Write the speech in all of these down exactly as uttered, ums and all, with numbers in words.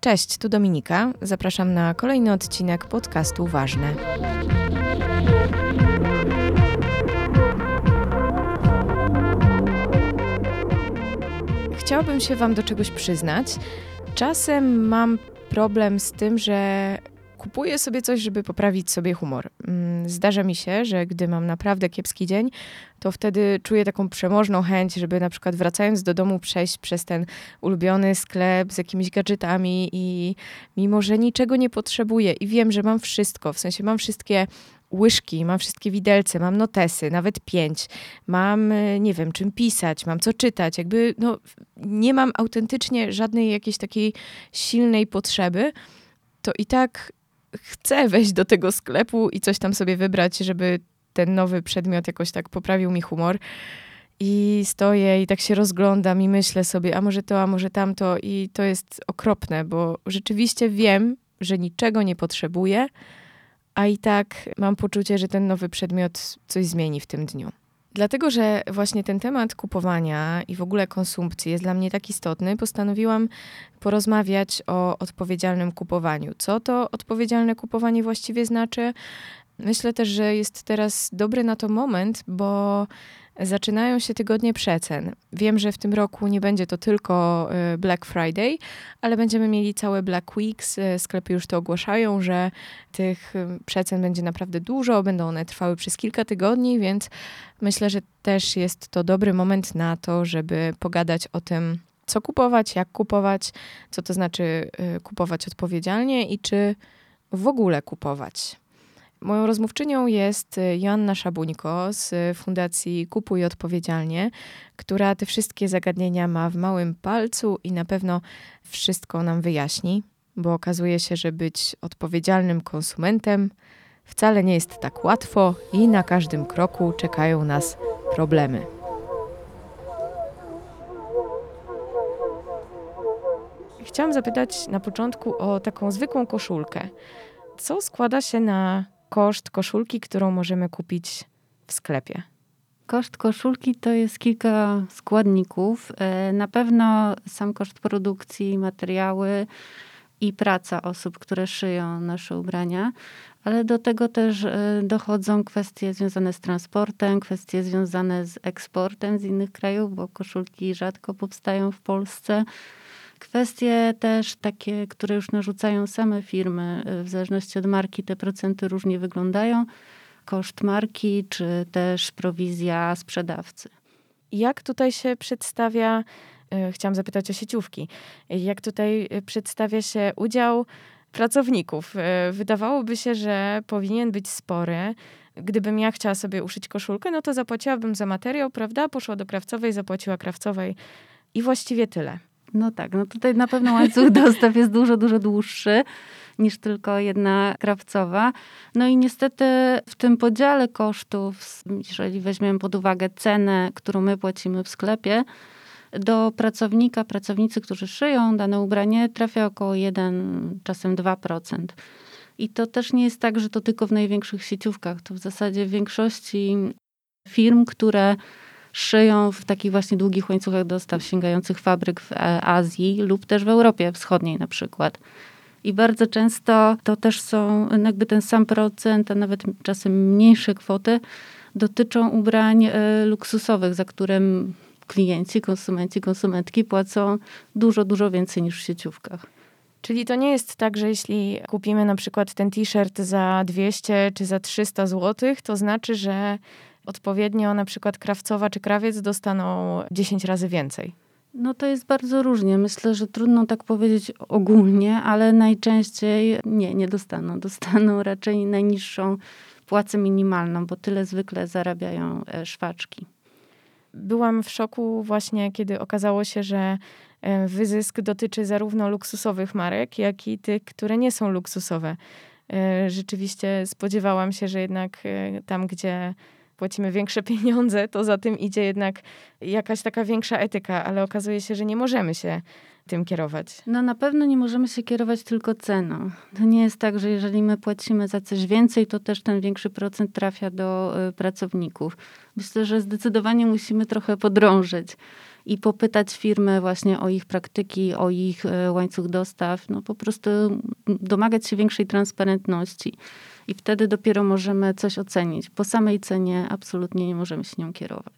Cześć, tu Dominika. Zapraszam na kolejny odcinek podcastu Ważne. Chciałabym się Wam do czegoś przyznać. Czasem mam problem z tym, że kupuję sobie coś, żeby poprawić sobie humor. Zdarza mi się, że gdy mam naprawdę kiepski dzień, to wtedy czuję taką przemożną chęć, żeby na przykład wracając do domu przejść przez ten ulubiony sklep z jakimiś gadżetami i mimo, że niczego nie potrzebuję i wiem, że mam wszystko, w sensie mam wszystkie łyżki, mam wszystkie widelce, mam notesy, nawet pięć, mam, nie wiem, czym pisać, mam co czytać, jakby no, nie mam autentycznie żadnej jakiejś takiej silnej potrzeby, to i tak chcę wejść do tego sklepu i coś tam sobie wybrać, żeby ten nowy przedmiot jakoś tak poprawił mi humor. I stoję i tak się rozglądam i myślę sobie, a może to, a może tamto i to jest okropne, bo rzeczywiście wiem, że niczego nie potrzebuję, a i tak mam poczucie, że ten nowy przedmiot coś zmieni w tym dniu. Dlatego, że właśnie ten temat kupowania i w ogóle konsumpcji jest dla mnie tak istotny, postanowiłam porozmawiać o odpowiedzialnym kupowaniu. Co to odpowiedzialne kupowanie właściwie znaczy? Myślę też, że jest teraz dobry na to moment, bo zaczynają się tygodnie przecen. Wiem, że w tym roku nie będzie to tylko Black Friday, ale będziemy mieli całe Black Weeks. Sklepy już to ogłaszają, że tych przecen będzie naprawdę dużo, będą one trwały przez kilka tygodni, więc myślę, że też jest to dobry moment na to, żeby pogadać o tym, co kupować, jak kupować, co to znaczy kupować odpowiedzialnie i czy w ogóle kupować. Moją rozmówczynią jest Joanna Szabuńko z Fundacji Kupuj Odpowiedzialnie, która te wszystkie zagadnienia ma w małym palcu i na pewno wszystko nam wyjaśni, bo okazuje się, że być odpowiedzialnym konsumentem wcale nie jest tak łatwo i na każdym kroku czekają nas problemy. Chciałam zapytać na początku o taką zwykłą koszulkę. Co składa się na koszt koszulki, którą możemy kupić w sklepie? Koszt koszulki to jest kilka składników. Na pewno sam koszt produkcji, materiały i praca osób, które szyją nasze ubrania, ale do tego też dochodzą kwestie związane z transportem, kwestie związane z eksportem z innych krajów, bo koszulki rzadko powstają w Polsce. Kwestie też takie, które już narzucają same firmy, w zależności od marki te procenty różnie wyglądają. Koszt marki, czy też prowizja sprzedawcy. Jak tutaj się przedstawia, chciałam zapytać o sieciówki, jak tutaj przedstawia się udział pracowników? Wydawałoby się, że powinien być spory. Gdybym ja chciała sobie uszyć koszulkę, no to zapłaciłabym za materiał, prawda? Poszła do krawcowej, zapłaciła krawcowej i właściwie tyle. No tak, no tutaj na pewno łańcuch dostaw jest dużo, dużo dłuższy niż tylko jedna krawcowa. No i niestety w tym podziale kosztów, jeżeli weźmiemy pod uwagę cenę, którą my płacimy w sklepie, do pracownika, pracownicy, którzy szyją dane ubranie, trafia około jeden, czasem dwa procent. I to też nie jest tak, że to tylko w największych sieciówkach. To w zasadzie w większości firm, które szyją w takich właśnie długich łańcuchach dostaw sięgających fabryk w Azji lub też w Europie Wschodniej na przykład. I bardzo często to też są jakby ten sam procent, a nawet czasem mniejsze kwoty dotyczą ubrań luksusowych, za które klienci, konsumenci, konsumentki płacą dużo, dużo więcej niż w sieciówkach. Czyli to nie jest tak, że jeśli kupimy na przykład ten t-shirt za dwieście czy za trzysta złotych, to znaczy, że odpowiednio na przykład krawcowa czy krawiec dostaną dziesięć razy więcej. No to jest bardzo różnie. Myślę, że trudno tak powiedzieć ogólnie, ale najczęściej nie, nie dostaną. Dostaną raczej najniższą płacę minimalną, bo tyle zwykle zarabiają szwaczki. Byłam w szoku właśnie, kiedy okazało się, że wyzysk dotyczy zarówno luksusowych marek, jak i tych, które nie są luksusowe. Rzeczywiście spodziewałam się, że jednak tam, gdzie płacimy większe pieniądze, to za tym idzie jednak jakaś taka większa etyka, ale okazuje się, że nie możemy się tym kierować. No na pewno nie możemy się kierować tylko ceną. To nie jest tak, że jeżeli my płacimy za coś więcej, to też ten większy procent trafia do y, pracowników. Myślę, że zdecydowanie musimy trochę podrążyć. i popytać firmy właśnie o ich praktyki, o ich łańcuch dostaw, no po prostu domagać się większej transparentności. I wtedy dopiero możemy coś ocenić. Po samej cenie absolutnie nie możemy się nią kierować.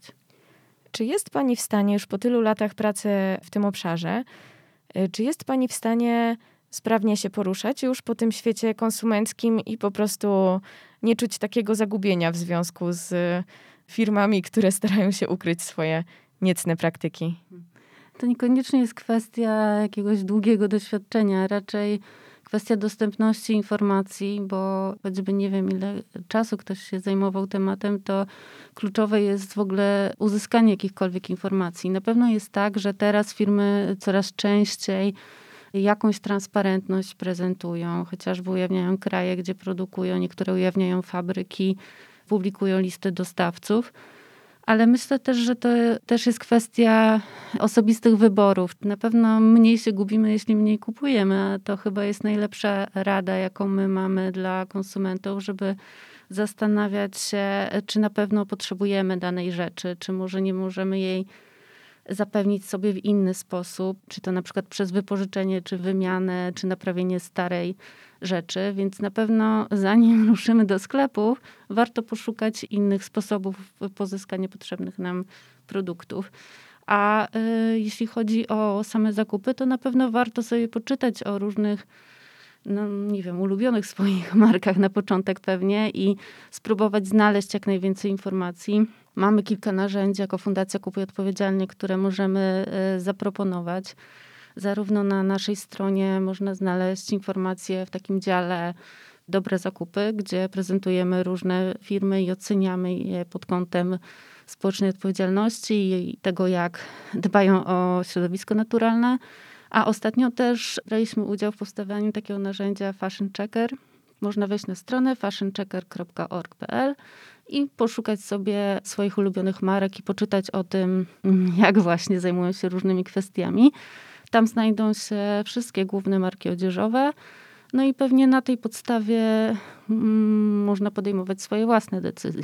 Czy jest pani w stanie już po tylu latach pracy w tym obszarze, czy jest pani w stanie sprawnie się poruszać już po tym świecie konsumenckim i po prostu nie czuć takiego zagubienia w związku z firmami, które starają się ukryć swoje niecne praktyki? To niekoniecznie jest kwestia jakiegoś długiego doświadczenia, raczej kwestia dostępności informacji, bo choćby nie wiem, ile czasu ktoś się zajmował tematem, to kluczowe jest w ogóle uzyskanie jakichkolwiek informacji. Na pewno jest tak, że teraz firmy coraz częściej jakąś transparentność prezentują, chociażby ujawniają kraje, gdzie produkują, niektóre ujawniają fabryki, publikują listy dostawców. Ale myślę też, że to też jest kwestia osobistych wyborów. Na pewno mniej się gubimy, jeśli mniej kupujemy, a to chyba jest najlepsza rada, jaką my mamy dla konsumentów, żeby zastanawiać się, czy na pewno potrzebujemy danej rzeczy, czy może nie możemy jej zapewnić sobie w inny sposób, czy to na przykład przez wypożyczenie, czy wymianę, czy naprawienie starej rzeczy. Więc na pewno zanim ruszymy do sklepów, warto poszukać innych sposobów pozyskania potrzebnych nam produktów. A y, jeśli chodzi o same zakupy, to na pewno warto sobie poczytać o różnych, no nie wiem, ulubionych swoich markach na początek pewnie i spróbować znaleźć jak najwięcej informacji. Mamy kilka narzędzi jako Fundacja Kupuj Odpowiedzialnie, które możemy y, zaproponować. Zarówno na naszej stronie można znaleźć informacje w takim dziale Dobre Zakupy, gdzie prezentujemy różne firmy i oceniamy je pod kątem społecznej odpowiedzialności i tego, jak dbają o środowisko naturalne. A ostatnio też braliśmy udział w powstawaniu takiego narzędzia Fashion Checker. Można wejść na stronę fashion checker kropka org kropka p l i poszukać sobie swoich ulubionych marek i poczytać o tym, jak właśnie zajmują się różnymi kwestiami. Tam znajdą się wszystkie główne marki odzieżowe. No i pewnie na tej podstawie mm, można podejmować swoje własne decyzje.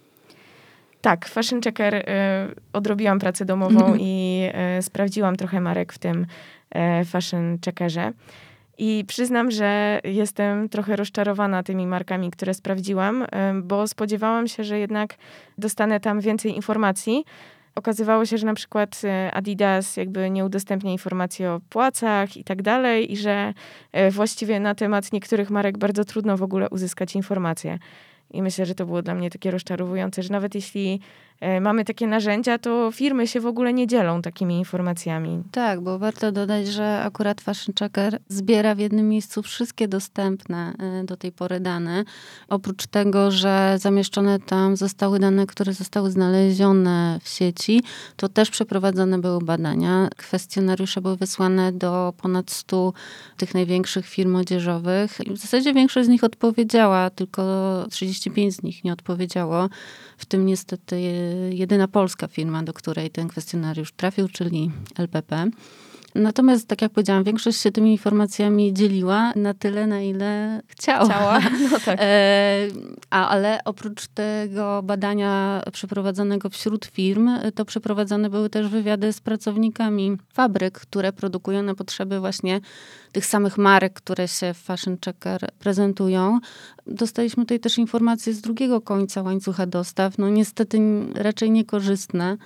Tak, Fashion Checker y, odrobiłam pracę domową i y, sprawdziłam trochę marek w tym y, Fashion Checkerze. I przyznam, że jestem trochę rozczarowana tymi markami, które sprawdziłam, y, bo spodziewałam się, że jednak dostanę tam więcej informacji. Okazywało się, że na przykład Adidas jakby nie udostępnia informacji o płacach i tak dalej i że właściwie na temat niektórych marek bardzo trudno w ogóle uzyskać informacje. I myślę, że to było dla mnie takie rozczarowujące, że nawet jeśli mamy takie narzędzia, to firmy się w ogóle nie dzielą takimi informacjami. Tak, bo warto dodać, że akurat Fashion Checker zbiera w jednym miejscu wszystkie dostępne do tej pory dane. Oprócz tego, że zamieszczone tam zostały dane, które zostały znalezione w sieci, to też przeprowadzone były badania. Kwestionariusze były wysłane do ponad stu tych największych firm odzieżowych. I w zasadzie większość z nich odpowiedziała, tylko trzydzieści pięć z nich nie odpowiedziało. W tym niestety jedyna polska firma, do której ten kwestionariusz trafił, czyli L P P. Natomiast, tak jak powiedziałam, większość się tymi informacjami dzieliła na tyle, na ile chciała. Chciała, no tak. E, a, ale oprócz tego badania przeprowadzonego wśród firm, to przeprowadzone były też wywiady z pracownikami fabryk, które produkują na potrzeby właśnie tych samych marek, które się w Fashion Checker prezentują. Dostaliśmy tutaj też informacje z drugiego końca łańcucha dostaw. No niestety raczej niekorzystne,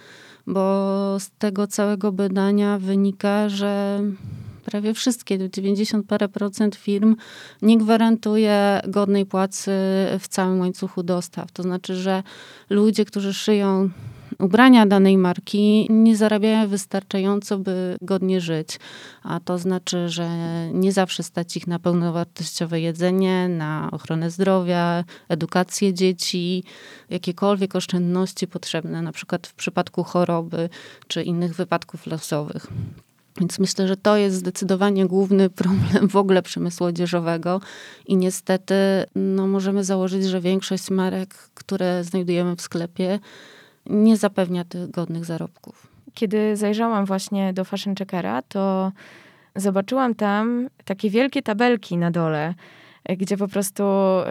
bo z tego całego badania wynika, że prawie wszystkie, dziewięćdziesiąt parę procent firm nie gwarantuje godnej płacy w całym łańcuchu dostaw. To znaczy, że ludzie, którzy szyją ubrania danej marki, nie zarabiają wystarczająco, by godnie żyć. A to znaczy, że nie zawsze stać ich na pełnowartościowe jedzenie, na ochronę zdrowia, edukację dzieci, jakiekolwiek oszczędności potrzebne, na przykład w przypadku choroby czy innych wypadków losowych. Więc myślę, że to jest zdecydowanie główny problem w ogóle przemysłu odzieżowego i niestety no, możemy założyć, że większość marek, które znajdujemy w sklepie, nie zapewnia tych godnych zarobków. Kiedy zajrzałam właśnie do Fashion Checkera, to zobaczyłam tam takie wielkie tabelki na dole, gdzie po prostu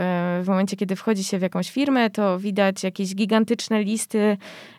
w momencie, kiedy wchodzi się w jakąś firmę, to widać jakieś gigantyczne listy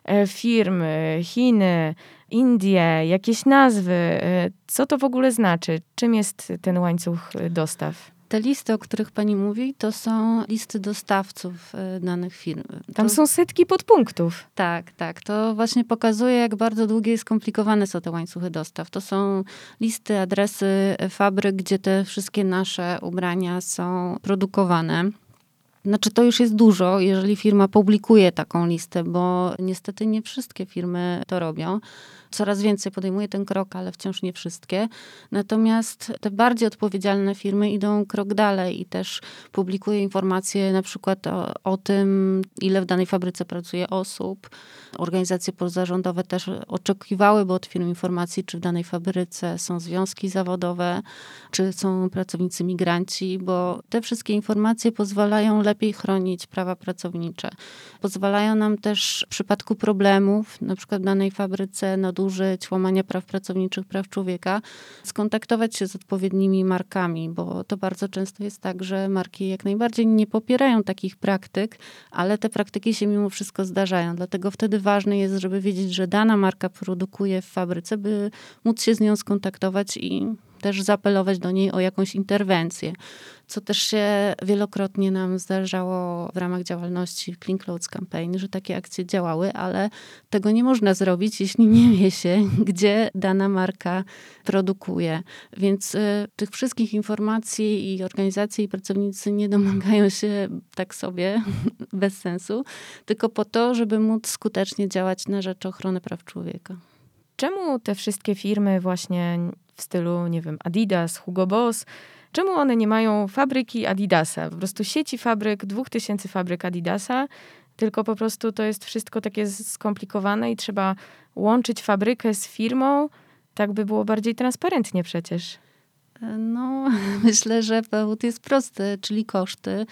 firm, Chiny, Indie, jakieś nazwy. Co to w ogóle znaczy? Czym jest ten łańcuch dostaw? Te listy, o których pani mówi, to są listy dostawców danych firm. Tam to... są setki podpunktów. Tak, tak. To właśnie pokazuje, jak bardzo długie i skomplikowane są te łańcuchy dostaw. To są listy, adresy fabryk, gdzie te wszystkie nasze ubrania są produkowane. Znaczy to już jest dużo, jeżeli firma publikuje taką listę, bo niestety nie wszystkie firmy to robią. Coraz więcej podejmuje ten krok, ale wciąż nie wszystkie. Natomiast te bardziej odpowiedzialne firmy idą krok dalej i też publikują informacje na przykład o, o tym, ile w danej fabryce pracuje osób. Organizacje pozarządowe też oczekiwałyby od firm informacji, czy w danej fabryce są związki zawodowe, czy są pracownicy migranci, bo te wszystkie informacje pozwalają lepiej chronić prawa pracownicze. Pozwalają nam też w przypadku problemów, na przykład w danej fabryce, nadużyć, łamania praw pracowniczych, praw człowieka, skontaktować się z odpowiednimi markami, bo to bardzo często jest tak, że marki jak najbardziej nie popierają takich praktyk, ale te praktyki się mimo wszystko zdarzają. Dlatego wtedy ważne jest, żeby wiedzieć, że dana marka produkuje w fabryce, by móc się z nią skontaktować i też zaapelować do niej o jakąś interwencję, co też się wielokrotnie nam zdarzało w ramach działalności Clean Clothes Campaign, że takie akcje działały, ale tego nie można zrobić, jeśli nie wie się, gdzie dana marka produkuje. Więc y, tych wszystkich informacji i organizacje i pracownicy nie domagają się tak sobie, bez sensu, tylko po to, żeby móc skutecznie działać na rzecz ochrony praw człowieka. Czemu te wszystkie firmy właśnie w stylu, nie wiem, Adidas, Hugo Boss, czemu one nie mają fabryki Adidasa? Po prostu sieci fabryk, dwóch tysięcy fabryk Adidasa, tylko po prostu to jest wszystko takie skomplikowane i trzeba łączyć fabrykę z firmą, tak by było bardziej transparentnie przecież. No, myślę, że powód jest prosty, czyli koszty,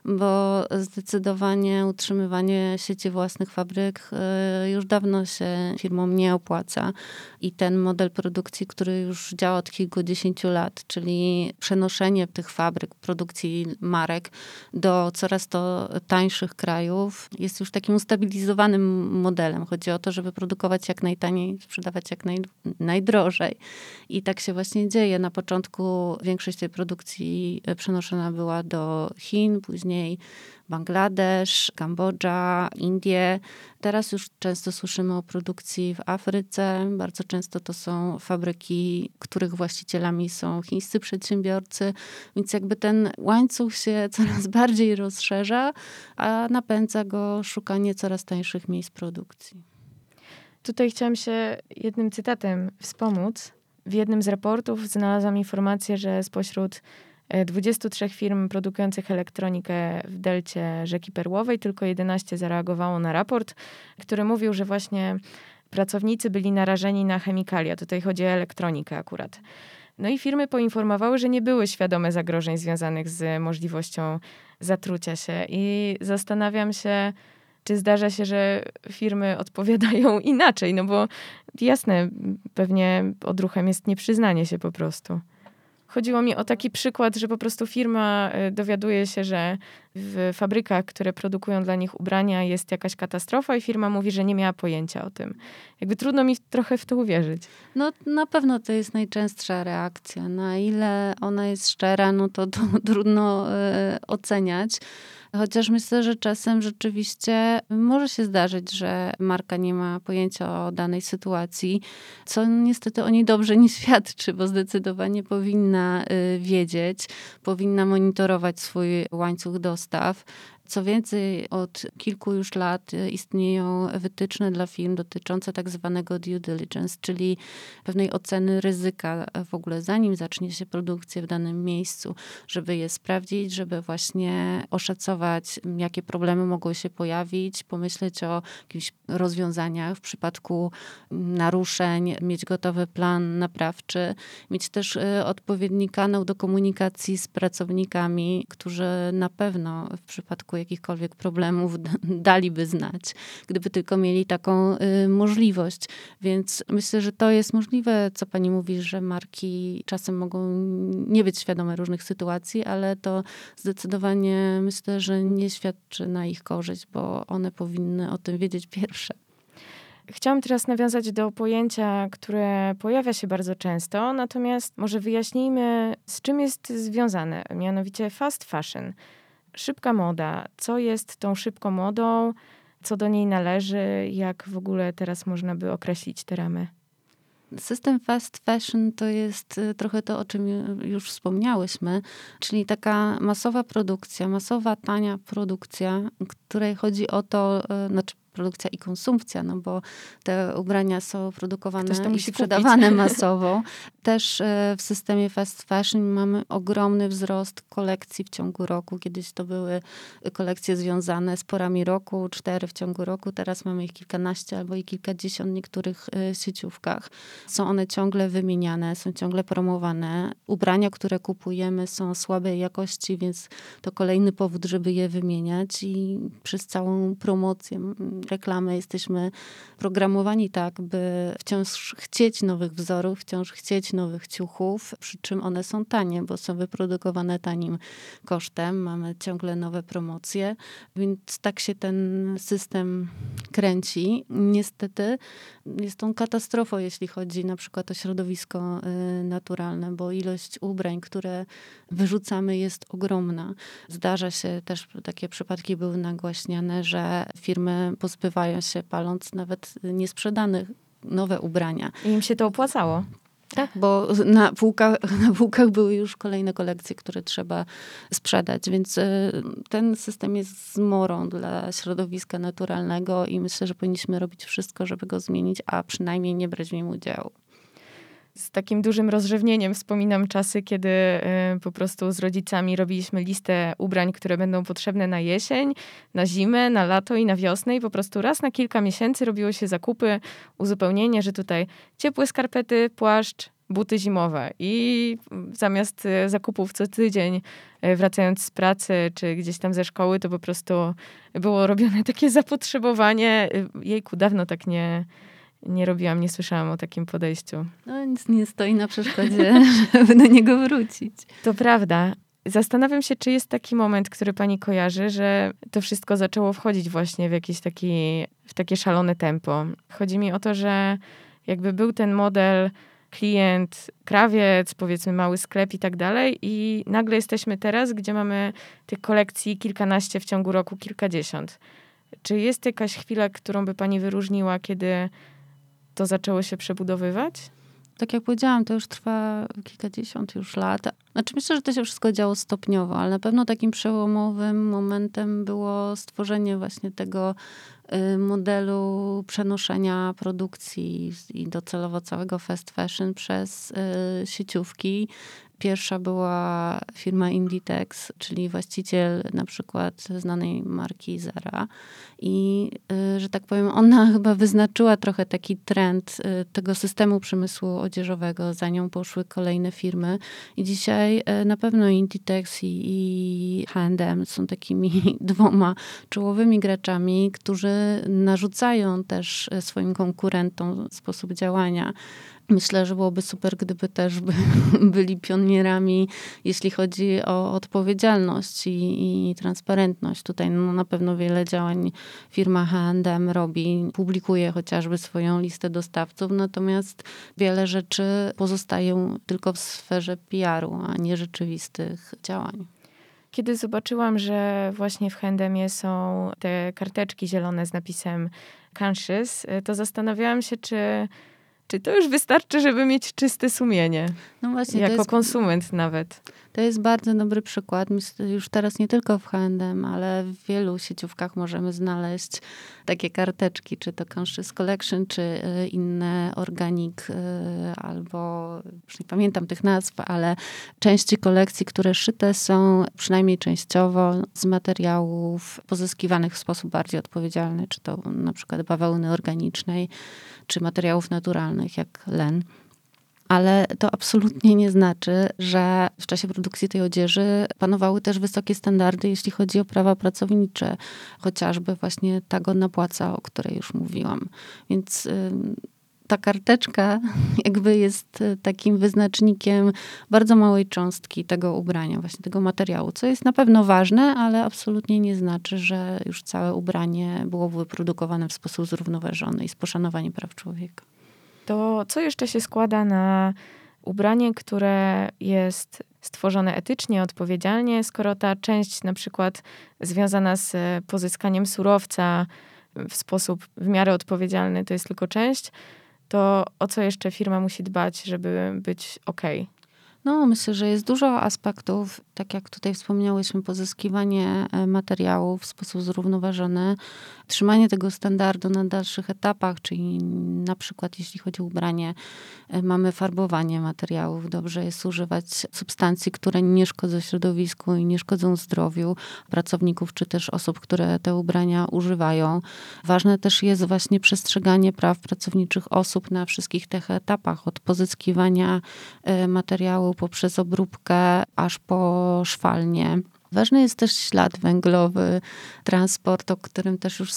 bo zdecydowanie utrzymywanie sieci własnych fabryk już dawno się firmom nie opłaca. I ten model produkcji, który już działa od kilkudziesięciu lat, czyli przenoszenie tych fabryk, produkcji marek do coraz to tańszych krajów, jest już takim ustabilizowanym modelem. Chodzi o to, żeby produkować jak najtaniej, sprzedawać jak naj, najdrożej. I tak się właśnie dzieje. Na początku większość tej produkcji przenoszona była do Chin, później Bangladesz, Kambodża, Indie. Teraz już często słyszymy o produkcji w Afryce. Bardzo często to są fabryki, których właścicielami są chińscy przedsiębiorcy. Więc jakby ten łańcuch się coraz bardziej rozszerza, a napędza go szukanie coraz tańszych miejsc produkcji. Tutaj chciałam się jednym cytatem wspomóc. W jednym z raportów znalazłam informację, że spośród dwudziestu trzech firm produkujących elektronikę w delcie rzeki Perłowej tylko jedenaście zareagowało na raport, który mówił, że właśnie pracownicy byli narażeni na chemikalia. Tutaj chodzi o elektronikę akurat. No i firmy poinformowały, że nie były świadome zagrożeń związanych z możliwością zatrucia się. I zastanawiam się, czy zdarza się, że firmy odpowiadają inaczej, no bo jasne, pewnie odruchem jest nieprzyznanie się po prostu. Chodziło mi o taki przykład, że po prostu firma dowiaduje się, że w fabrykach, które produkują dla nich ubrania, jest jakaś katastrofa i firma mówi, że nie miała pojęcia o tym. Jakby trudno mi trochę w to uwierzyć. No na pewno to jest najczęstsza reakcja. Na ile ona jest szczera, no to, to trudno y, oceniać. Chociaż myślę, że czasem rzeczywiście może się zdarzyć, że marka nie ma pojęcia o danej sytuacji, co niestety o niej dobrze nie świadczy, bo zdecydowanie powinna wiedzieć, powinna monitorować swój łańcuch dostaw. Co więcej, od kilku już lat istnieją wytyczne dla firm dotyczące tak zwanego due diligence, czyli pewnej oceny ryzyka w ogóle, zanim zacznie się produkcja w danym miejscu, żeby je sprawdzić, żeby właśnie oszacować, jakie problemy mogą się pojawić, pomyśleć o jakichś rozwiązaniach w przypadku naruszeń, mieć gotowy plan naprawczy, mieć też odpowiedni kanał do komunikacji z pracownikami, którzy na pewno w przypadku jakichkolwiek problemów daliby znać, gdyby tylko mieli taką y, możliwość. Więc myślę, że to jest możliwe, co pani mówi, że marki czasem mogą nie być świadome różnych sytuacji, ale to zdecydowanie myślę, że nie świadczy na ich korzyść, bo one powinny o tym wiedzieć pierwsze. Chciałam teraz nawiązać do pojęcia, które pojawia się bardzo często, natomiast może wyjaśnijmy, z czym jest związane, mianowicie fast fashion. Szybka moda. Co jest tą szybką modą? Co do niej należy? Jak w ogóle teraz można by określić te ramy? System fast fashion to jest trochę to, o czym już wspomniałyśmy, czyli taka masowa produkcja, masowa, tania produkcja, której chodzi o to, znaczy produkcja i konsumpcja, no bo te ubrania są produkowane i sprzedawane kupić. masowo. Też w systemie fast fashion mamy ogromny wzrost kolekcji w ciągu roku. Kiedyś to były kolekcje związane z porami roku, cztery w ciągu roku. Teraz mamy ich kilkanaście albo i kilkadziesiąt w niektórych sieciówkach. Są one ciągle wymieniane, są ciągle promowane. Ubrania, które kupujemy, są słabej jakości, więc to kolejny powód, żeby je wymieniać i przez całą promocję reklamy jesteśmy programowani tak, by wciąż chcieć nowych wzorów, wciąż chcieć nowych ciuchów, przy czym one są tanie, bo są wyprodukowane tanim kosztem. Mamy ciągle nowe promocje, więc tak się ten system kręci. Niestety jest on katastrofą, jeśli chodzi na przykład o środowisko naturalne, bo ilość ubrań, które wyrzucamy, jest ogromna. Zdarza się też, takie przypadki były nagłaśniane, że firmy pozbywają się, paląc nawet niesprzedanych nowe ubrania. I im się to opłacało. Tak, bo na półkach, na półkach były już kolejne kolekcje, które trzeba sprzedać, więc ten system jest zmorą dla środowiska naturalnego i myślę, że powinniśmy robić wszystko, żeby go zmienić, a przynajmniej nie brać w nim udziału. Z takim dużym rozrzewnieniem wspominam czasy, kiedy y, po prostu z rodzicami robiliśmy listę ubrań, które będą potrzebne na jesień, na zimę, na lato i na wiosnę i po prostu raz na kilka miesięcy robiło się zakupy, uzupełnienie, że tutaj ciepłe skarpety, płaszcz, buty zimowe i zamiast zakupów co tydzień, wracając z pracy czy gdzieś tam ze szkoły, to po prostu było robione takie zapotrzebowanie. Jejku, dawno tak nie... Nie robiłam, nie słyszałam o takim podejściu. No nic nie stoi na przeszkodzie, żeby do niego wrócić. To prawda. Zastanawiam się, czy jest taki moment, który pani kojarzy, że to wszystko zaczęło wchodzić właśnie w jakieś taki, w takie szalone tempo. Chodzi mi o to, że jakby był ten model klient, krawiec, powiedzmy mały sklep i tak dalej i nagle jesteśmy teraz, gdzie mamy tych kolekcji kilkanaście w ciągu roku, kilkadziesiąt. Czy jest jakaś chwila, którą by pani wyróżniła, kiedy to zaczęło się przebudowywać? Tak jak powiedziałam, to już trwa kilkadziesiąt już lat. Znaczy myślę, że to się wszystko działo stopniowo, ale na pewno takim przełomowym momentem było stworzenie właśnie tego modelu przenoszenia produkcji i docelowo całego fast fashion przez sieciówki. Pierwsza była firma Inditex, czyli właściciel na przykład znanej marki Zara. I, że tak powiem, ona chyba wyznaczyła trochę taki trend tego systemu przemysłu odzieżowego. Za nią poszły kolejne firmy. I dzisiaj na pewno Inditex i, i H and M są takimi dwoma czołowymi graczami, którzy narzucają też swoim konkurentom sposób działania. Myślę, że byłoby super, gdyby też by, byli pionierami, jeśli chodzi o odpowiedzialność i, i transparentność. Tutaj no, na pewno wiele działań firma H and M robi, publikuje chociażby swoją listę dostawców, natomiast wiele rzeczy pozostają tylko w sferze P R u, a nie rzeczywistych działań. Kiedy zobaczyłam, że właśnie w H and Mie są te karteczki zielone z napisem Conscious, to zastanawiałam się, czy Czy to już wystarczy, żeby mieć czyste sumienie? No właśnie, jako to jest, konsument nawet. To jest bardzo dobry przykład. Myślę, już teraz nie tylko w H and M, ale w wielu sieciówkach możemy znaleźć takie karteczki, czy to Conscious Collection, czy inne Organic, albo już nie pamiętam tych nazw, ale części kolekcji, które szyte są przynajmniej częściowo z materiałów pozyskiwanych w sposób bardziej odpowiedzialny, czy to na przykład bawełny organicznej, czy materiałów naturalnych jak len. ale to absolutnie nie znaczy, że w czasie produkcji tej odzieży panowały też wysokie standardy, jeśli chodzi o prawa pracownicze, chociażby właśnie ta godna płaca, o której już mówiłam. Więc ta karteczka jakby jest takim wyznacznikiem bardzo małej cząstki tego ubrania, właśnie tego materiału, co jest na pewno ważne, ale absolutnie nie znaczy, że już całe ubranie było wyprodukowane w sposób zrównoważony i z poszanowaniem praw człowieka. To co jeszcze się składa na ubranie, które jest stworzone etycznie, odpowiedzialnie, skoro ta część na przykład związana z pozyskaniem surowca w sposób w miarę odpowiedzialny to jest tylko część, to o co jeszcze firma musi dbać, żeby być okej? No, myślę, że jest dużo aspektów, tak jak tutaj wspomniałyśmy, pozyskiwanie materiałów w sposób zrównoważony, trzymanie tego standardu na dalszych etapach, czyli na przykład jeśli chodzi o ubranie, mamy farbowanie materiałów. Dobrze jest używać substancji, które nie szkodzą środowisku i nie szkodzą zdrowiu pracowników, czy też osób, które te ubrania używają. Ważne też jest właśnie przestrzeganie praw pracowniczych osób na wszystkich tych etapach, od pozyskiwania materiału poprzez obróbkę, aż po szwalnię. Ważny jest też ślad węglowy, transport, o którym też już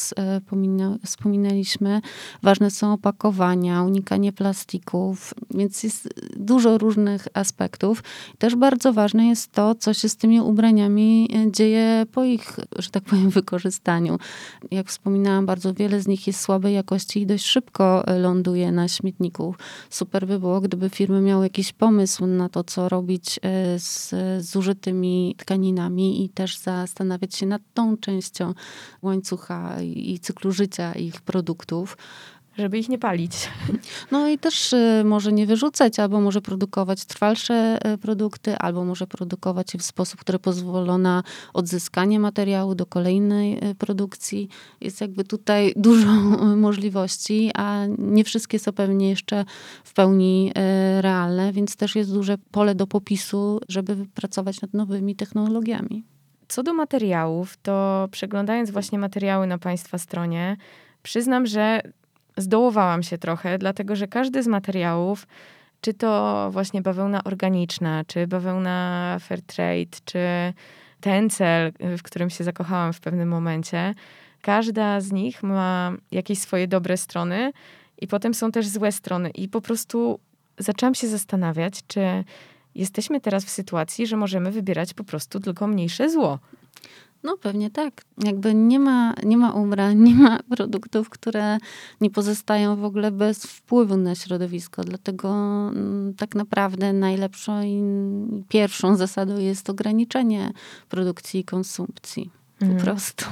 wspominaliśmy. Ważne są opakowania, unikanie plastików, więc jest dużo różnych aspektów. Też bardzo ważne jest to, co się z tymi ubraniami dzieje po ich, że tak powiem, wykorzystaniu. Jak wspominałam, bardzo wiele z nich jest słabej jakości i dość szybko ląduje na śmietniku. Super by było, gdyby firmy miały jakiś pomysł na to, co robić z zużytymi tkaninami, i też zastanawiać się nad tą częścią łańcucha i cyklu życia ich produktów. Żeby ich nie palić. No i też może nie wyrzucać, albo może produkować trwalsze produkty, albo może produkować je w sposób, który pozwala na odzyskanie materiału do kolejnej produkcji. Jest jakby tutaj dużo możliwości, a nie wszystkie są pewnie jeszcze w pełni realne, więc też jest duże pole do popisu, żeby pracować nad nowymi technologiami. Co do materiałów, to przeglądając właśnie materiały na państwa stronie, przyznam, że zdołowałam się trochę, dlatego że każdy z materiałów, czy to właśnie bawełna organiczna, czy bawełna fair trade, czy tencel, w którym się zakochałam w pewnym momencie, każda z nich ma jakieś swoje dobre strony i potem są też złe strony. I po prostu zaczęłam się zastanawiać, czy jesteśmy teraz w sytuacji, że możemy wybierać po prostu tylko mniejsze zło. No pewnie tak. Jakby nie ma, nie ma ubrań, nie ma produktów, które nie pozostają w ogóle bez wpływu na środowisko. Dlatego m, tak naprawdę najlepszą i pierwszą zasadą jest ograniczenie produkcji i konsumpcji. Po mhm. prostu.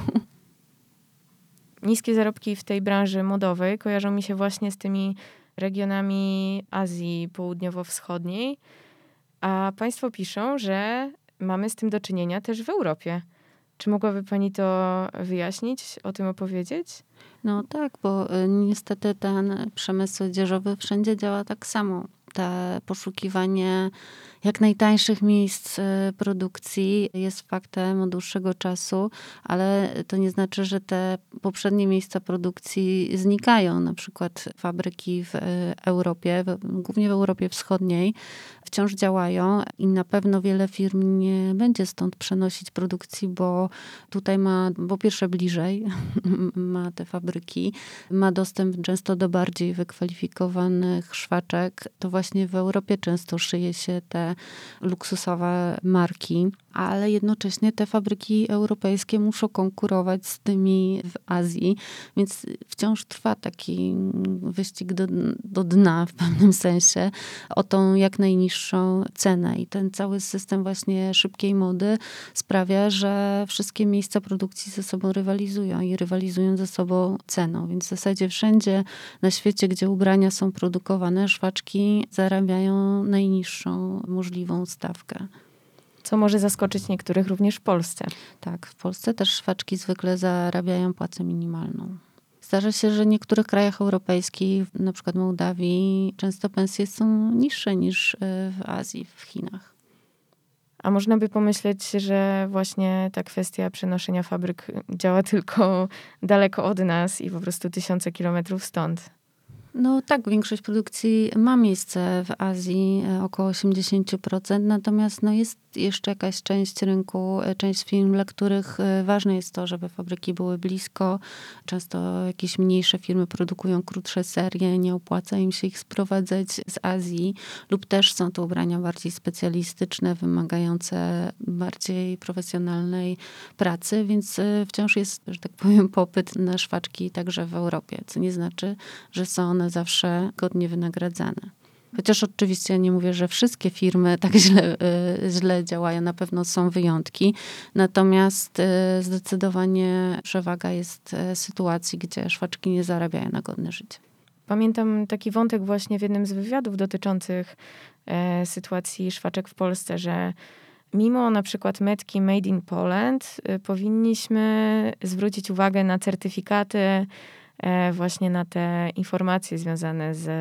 Niskie zarobki w tej branży modowej kojarzą mi się właśnie z tymi regionami Azji Południowo-Wschodniej, a państwo piszą, że mamy z tym do czynienia też w Europie. Czy mogłaby pani to wyjaśnić, o tym opowiedzieć? No tak, bo niestety ten przemysł odzieżowy wszędzie działa tak samo. Te poszukiwanie jak najtańszych miejsc produkcji jest faktem od dłuższego czasu, ale to nie znaczy, że te poprzednie miejsca produkcji znikają. Na przykład fabryki w Europie, głównie w Europie Wschodniej, wciąż działają i na pewno wiele firm nie będzie stąd przenosić produkcji, bo tutaj ma, po pierwsze bliżej, ma te fabryki, ma dostęp często do bardziej wykwalifikowanych szwaczek. To właśnie w Europie często szyje się te luksusowe marki, ale jednocześnie te fabryki europejskie muszą konkurować z tymi w Azji, więc wciąż trwa taki wyścig do, do dna w pewnym sensie o tą jak najniższą cenę. I ten cały system właśnie szybkiej mody sprawia, że wszystkie miejsca produkcji ze sobą rywalizują i rywalizują ze sobą ceną. Więc w zasadzie wszędzie na świecie, gdzie ubrania są produkowane, szwaczki zarabiają najniższą możliwą stawkę. Co może zaskoczyć niektórych również w Polsce. Tak, w Polsce też szwaczki zwykle zarabiają płacę minimalną. Zdarza się, że w niektórych krajach europejskich, na przykład Mołdawii, często pensje są niższe niż w Azji, w Chinach. A można by pomyśleć, że właśnie ta kwestia przenoszenia fabryk działa tylko daleko od nas i po prostu tysiące kilometrów stąd. No tak, większość produkcji ma miejsce w Azji, około osiemdziesiąt procent, natomiast no jest jeszcze jakaś część rynku, część firm, dla których ważne jest to, żeby fabryki były blisko. Często jakieś mniejsze firmy produkują krótsze serie, nie opłaca im się ich sprowadzać z Azji, lub też są to ubrania bardziej specjalistyczne, wymagające bardziej profesjonalnej pracy, więc wciąż jest, że tak powiem, popyt na szwaczki także w Europie, co nie znaczy, że są one zawsze godnie wynagradzane. Chociaż oczywiście nie mówię, że wszystkie firmy tak źle, źle działają, na pewno są wyjątki. Natomiast zdecydowanie przewaga jest sytuacji, gdzie szwaczki nie zarabiają na godne życie. Pamiętam taki wątek właśnie w jednym z wywiadów dotyczących e, sytuacji szwaczek w Polsce, że mimo na przykład metki Made in Poland e, powinniśmy zwrócić uwagę na certyfikaty, e, właśnie na te informacje związane z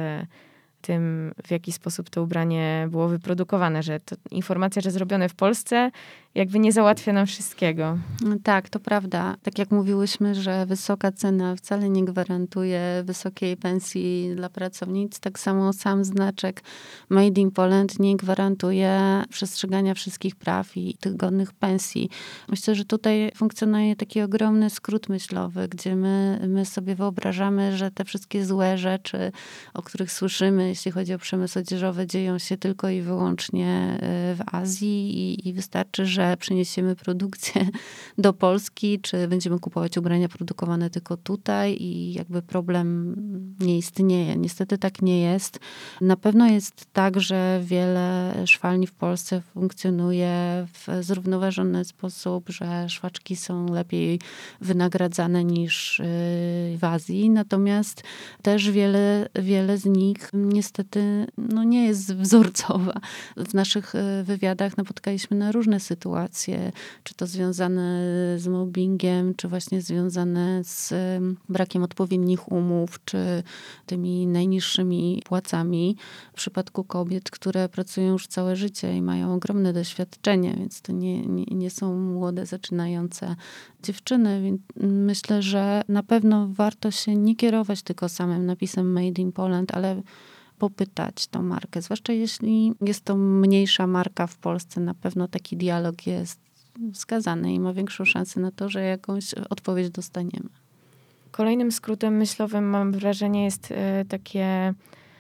tym, w jaki sposób to ubranie było wyprodukowane, że to informacja, że zrobione w Polsce, jakby nie załatwia nam wszystkiego. Tak, to prawda. Tak jak mówiłyśmy, że wysoka cena wcale nie gwarantuje wysokiej pensji dla pracownic, tak samo sam znaczek Made in Poland nie gwarantuje przestrzegania wszystkich praw i tych godnych pensji. Myślę, że tutaj funkcjonuje taki ogromny skrót myślowy, gdzie my, my sobie wyobrażamy, że te wszystkie złe rzeczy, o których słyszymy, jeśli chodzi o przemysł odzieżowy, dzieją się tylko i wyłącznie w Azji i, i wystarczy, że przyniesiemy produkcję do Polski, czy będziemy kupować ubrania produkowane tylko tutaj i jakby problem nie istnieje. Niestety tak nie jest. Na pewno jest tak, że wiele szwalni w Polsce funkcjonuje w zrównoważony sposób, że szwaczki są lepiej wynagradzane niż w Azji. Natomiast też wiele, wiele z nich niestety no nie jest wzorcowa. W naszych wywiadach napotkaliśmy na różne sytuacje, czy to związane z mobbingiem, czy właśnie związane z brakiem odpowiednich umów, czy tymi najniższymi płacami. W przypadku kobiet, które pracują już całe życie i mają ogromne doświadczenie, więc to nie, nie, nie są młode, zaczynające dziewczyny. Więc myślę, że na pewno warto się nie kierować tylko samym napisem Made in Poland, ale popytać tą markę. Zwłaszcza jeśli jest to mniejsza marka w Polsce, na pewno taki dialog jest wskazany i ma większą szansę na to, że jakąś odpowiedź dostaniemy. Kolejnym skrótem myślowym, mam wrażenie, jest takie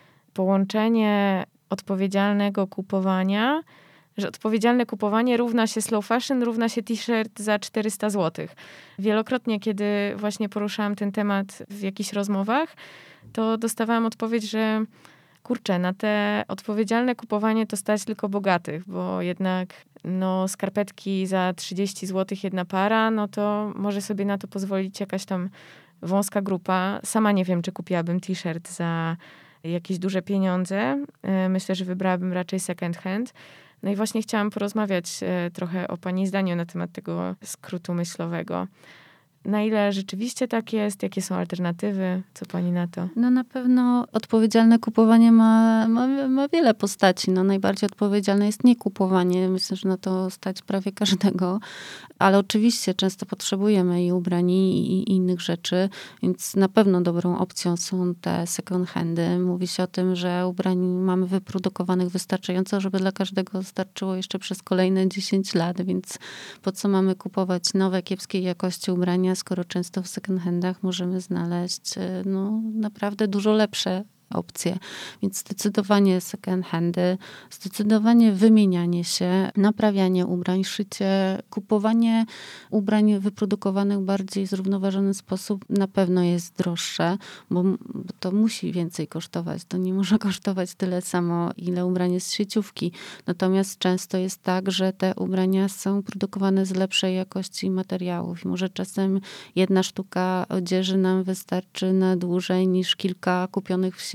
połączenie odpowiedzialnego kupowania, że odpowiedzialne kupowanie równa się slow fashion, równa się t-shirt za czterysta złotych. Wielokrotnie, kiedy właśnie poruszałam ten temat w jakichś rozmowach, to dostawałam odpowiedź, że kurczę, na te odpowiedzialne kupowanie to stać tylko bogatych, bo jednak no, skarpetki za trzydzieści złotych jedna para, no to może sobie na to pozwolić jakaś tam wąska grupa. Sama nie wiem, czy kupiłabym t-shirt za jakieś duże pieniądze. Myślę, że wybrałabym raczej second hand. No i właśnie chciałam porozmawiać trochę o pani zdaniu na temat tego skrótu myślowego. Na ile rzeczywiście tak jest? Jakie są alternatywy? Co pani na to? No na pewno odpowiedzialne kupowanie ma, ma, ma wiele postaci. No najbardziej odpowiedzialne jest nie kupowanie. Myślę, że na to stać prawie każdego. Ale oczywiście często potrzebujemy i ubrań i, i innych rzeczy, więc na pewno dobrą opcją są te second handy. Mówi się o tym, że ubrań mamy wyprodukowanych wystarczająco, żeby dla każdego starczyło jeszcze przez kolejne dziesięć lat, więc po co mamy kupować nowe, kiepskiej jakości ubrania, skoro często w second handach możemy znaleźć no, naprawdę dużo lepsze opcje. Więc zdecydowanie second handy, zdecydowanie wymienianie się, naprawianie ubrań, szycie, kupowanie ubrań wyprodukowanych w bardziej zrównoważony sposób na pewno jest droższe, bo to musi więcej kosztować. To nie może kosztować tyle samo, ile ubranie z sieciówki. Natomiast często jest tak, że te ubrania są produkowane z lepszej jakości materiałów i może czasem jedna sztuka odzieży nam wystarczy na dłużej niż kilka kupionych w sieci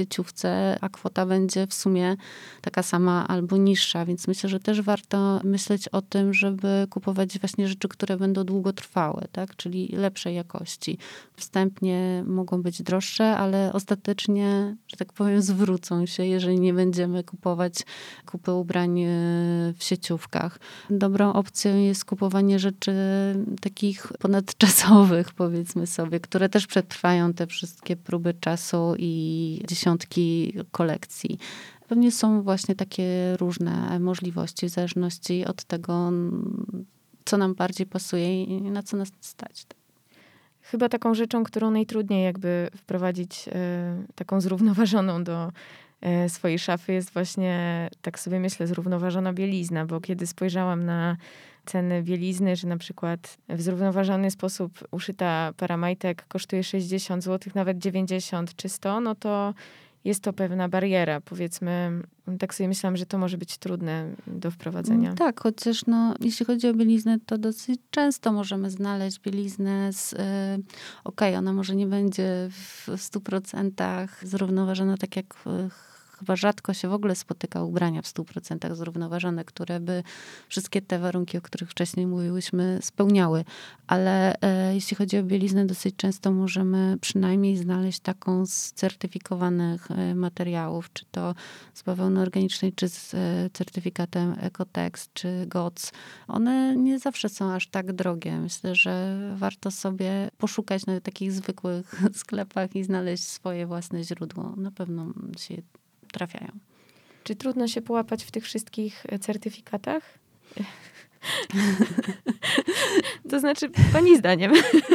sieciówce, a kwota będzie w sumie taka sama albo niższa. Więc myślę, że też warto myśleć o tym, żeby kupować właśnie rzeczy, które będą długotrwałe, tak? Czyli lepszej jakości. Wstępnie mogą być droższe, ale ostatecznie, że tak powiem, zwrócą się, jeżeli nie będziemy kupować kupy ubrań w sieciówkach. Dobrą opcją jest kupowanie rzeczy takich ponadczasowych, powiedzmy sobie, które też przetrwają te wszystkie próby czasu i dziesiątki kolekcji. Pewnie są właśnie takie różne możliwości w zależności od tego, co nam bardziej pasuje i na co nas stać. Chyba taką rzeczą, którą najtrudniej jakby wprowadzić e, taką zrównoważoną do e, swojej szafy jest właśnie, tak sobie myślę, zrównoważona bielizna, bo kiedy spojrzałam na ceny bielizny, że na przykład w zrównoważony sposób uszyta para majtek kosztuje sześćdziesiąt złotych, nawet dziewięćdziesiąt czy sto, no to jest to pewna bariera. Powiedzmy, tak sobie myślałam, że to może być trudne do wprowadzenia. Tak, chociaż no, jeśli chodzi o bieliznę, to dosyć często możemy znaleźć bieliznę z... Yy, Okej, okay, ona może nie będzie w stu procentach zrównoważona, tak jak yy, chyba rzadko się w ogóle spotyka ubrania w stu procentach zrównoważone, które by wszystkie te warunki, o których wcześniej mówiłyśmy, spełniały. Ale e, jeśli chodzi o bieliznę, dosyć często możemy przynajmniej znaleźć taką z certyfikowanych e, materiałów, czy to z bawełny organicznej, czy z e, certyfikatem Ecotex, czy G O C. One nie zawsze są aż tak drogie. Myślę, że warto sobie poszukać na takich zwykłych sklepach i znaleźć swoje własne źródło. Na pewno się trafiają. Czy trudno się połapać w tych wszystkich certyfikatach? To znaczy, pani zdaniem?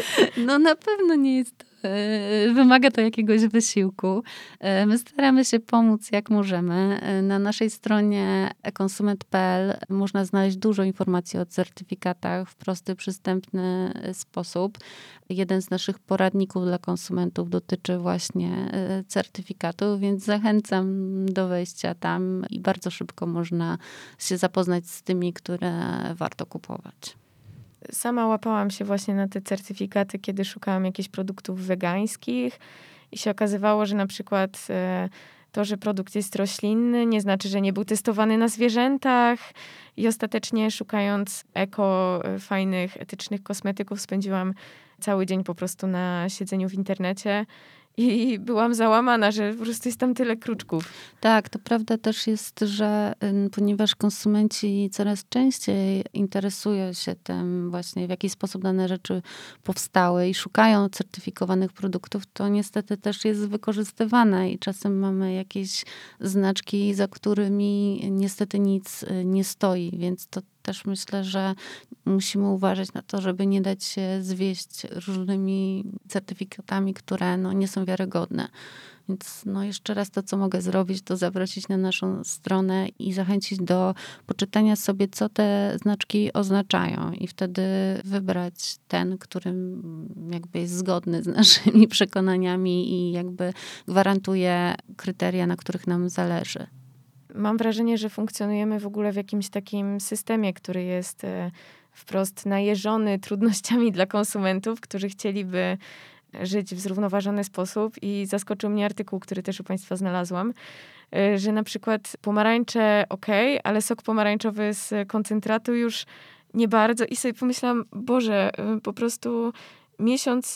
No na pewno nie jest, wymaga to jakiegoś wysiłku. My staramy się pomóc jak możemy. Na naszej stronie e konsument kropka p l można znaleźć dużo informacji o certyfikatach w prosty, przystępny sposób. Jeden z naszych poradników dla konsumentów dotyczy właśnie certyfikatów, więc zachęcam do wejścia tam i bardzo szybko można się zapoznać z tymi, które warto kupować. Sama łapałam się właśnie na te certyfikaty, kiedy szukałam jakichś produktów wegańskich i się okazywało, że na przykład to, że produkt jest roślinny, nie znaczy, że nie był testowany na zwierzętach i ostatecznie szukając eko, fajnych, etycznych kosmetyków spędziłam cały dzień po prostu na siedzeniu w internecie i byłam załamana, że po prostu jest tam tyle kruczków. Tak, to prawda też jest, że ponieważ konsumenci coraz częściej interesują się tym właśnie, w jaki sposób dane rzeczy powstały i szukają certyfikowanych produktów, to niestety też jest wykorzystywane i czasem mamy jakieś znaczki, za którymi niestety nic nie stoi, więc to też myślę, że musimy uważać na to, żeby nie dać się zwieść różnymi certyfikatami, które no, nie są wiarygodne. Więc no, jeszcze raz to, co mogę zrobić, to zaprosić na naszą stronę i zachęcić do poczytania sobie, co te znaczki oznaczają i wtedy wybrać ten, który jakby jest zgodny z naszymi przekonaniami i jakby gwarantuje kryteria, na których nam zależy. Mam wrażenie, że funkcjonujemy w ogóle w jakimś takim systemie, który jest wprost najeżony trudnościami dla konsumentów, którzy chcieliby żyć w zrównoważony sposób i zaskoczył mnie artykuł, który też u państwa znalazłam, że na przykład pomarańcze okej, ale sok pomarańczowy z koncentratu już nie bardzo i sobie pomyślałam, Boże, po prostu miesiąc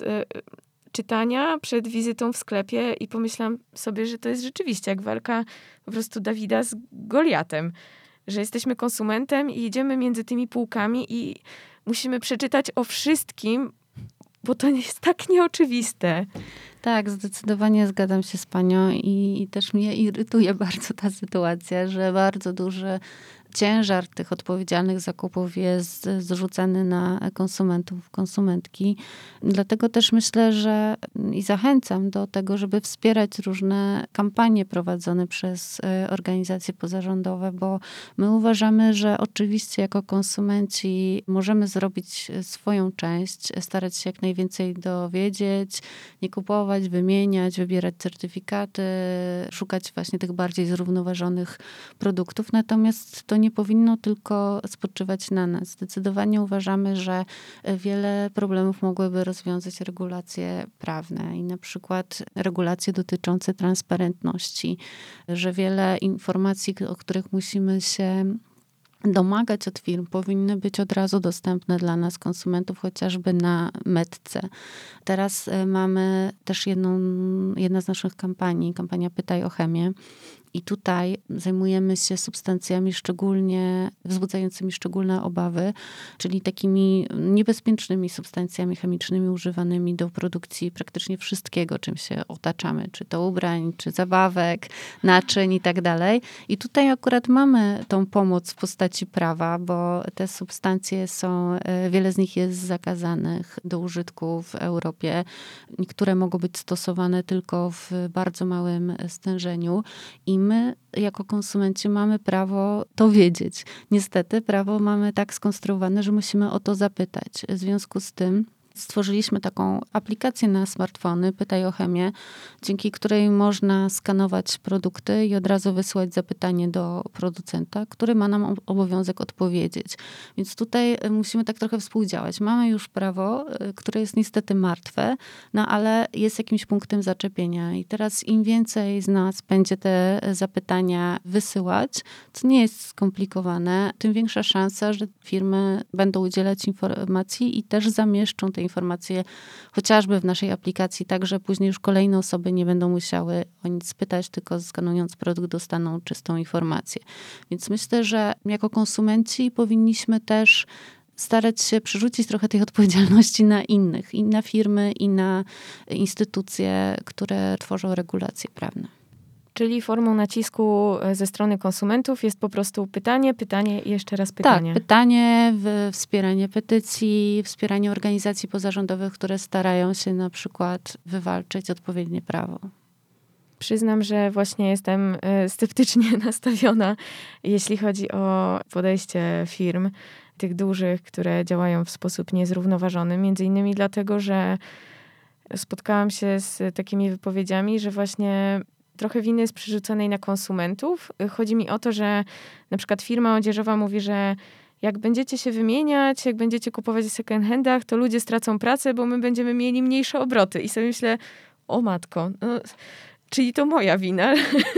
czytania przed wizytą w sklepie i pomyślałam sobie, że to jest rzeczywiście jak walka po prostu Dawida z Goliatem. Że jesteśmy konsumentem i idziemy między tymi półkami i musimy przeczytać o wszystkim, bo to jest tak nieoczywiste. Tak, zdecydowanie zgadzam się z panią i, i też mnie irytuje bardzo ta sytuacja, że bardzo duży ciężar tych odpowiedzialnych zakupów jest zrzucany na konsumentów, konsumentki. Dlatego też myślę, że i zachęcam do tego, żeby wspierać różne kampanie prowadzone przez organizacje pozarządowe, bo my uważamy, że oczywiście jako konsumenci możemy zrobić swoją część, starać się jak najwięcej dowiedzieć, nie kupować, wymieniać, wybierać certyfikaty, szukać właśnie tych bardziej zrównoważonych produktów. Natomiast to nie nie powinno tylko spoczywać na nas. Zdecydowanie uważamy, że wiele problemów mogłyby rozwiązać regulacje prawne i na przykład regulacje dotyczące transparentności, że wiele informacji, o których musimy się domagać od firm, powinny być od razu dostępne dla nas, konsumentów, chociażby na metce. Teraz mamy też jedną, jedna z naszych kampanii, kampania Pytaj o chemię. I tutaj zajmujemy się substancjami szczególnie wzbudzającymi szczególne obawy, czyli takimi niebezpiecznymi substancjami chemicznymi używanymi do produkcji praktycznie wszystkiego, czym się otaczamy, czy to ubrań, czy zabawek, naczyń i tak dalej. I tutaj akurat mamy tą pomoc w postaci prawa, bo te substancje są, wiele z nich jest zakazanych do użytku w Europie. Niektóre mogą być stosowane tylko w bardzo małym stężeniu i my jako konsumenci mamy prawo to wiedzieć. Niestety prawo mamy tak skonstruowane, że musimy o to zapytać. W związku z tym stworzyliśmy taką aplikację na smartfony, Pytaj o chemię, dzięki której można skanować produkty i od razu wysłać zapytanie do producenta, który ma nam obowiązek odpowiedzieć. Więc tutaj musimy tak trochę współdziałać. Mamy już prawo, które jest niestety martwe, no ale jest jakimś punktem zaczepienia. I teraz im więcej z nas będzie te zapytania wysyłać, co nie jest skomplikowane, tym większa szansa, że firmy będą udzielać informacji i też zamieszczą te informacje chociażby w naszej aplikacji, tak że później już kolejne osoby nie będą musiały o nic pytać, tylko skanując produkt dostaną czystą informację. Więc myślę, że jako konsumenci powinniśmy też starać się przerzucić trochę tej odpowiedzialności na innych, i na firmy, i na instytucje, które tworzą regulacje prawne. Czyli formą nacisku ze strony konsumentów jest po prostu pytanie, pytanie i jeszcze raz pytanie. Tak, pytanie, wspieranie petycji, wspieranie organizacji pozarządowych, które starają się na przykład wywalczyć odpowiednie prawo. Przyznam, że właśnie jestem sceptycznie nastawiona, jeśli chodzi o podejście firm, tych dużych, które działają w sposób niezrównoważony. Między innymi dlatego, że spotkałam się z takimi wypowiedziami, że właśnie trochę winy jest przerzuconej na konsumentów. Chodzi mi o to, że na przykład firma odzieżowa mówi, że jak będziecie się wymieniać, jak będziecie kupować w second handach, to ludzie stracą pracę, bo my będziemy mieli mniejsze obroty. I sobie myślę, o matko, no, czyli to moja wina.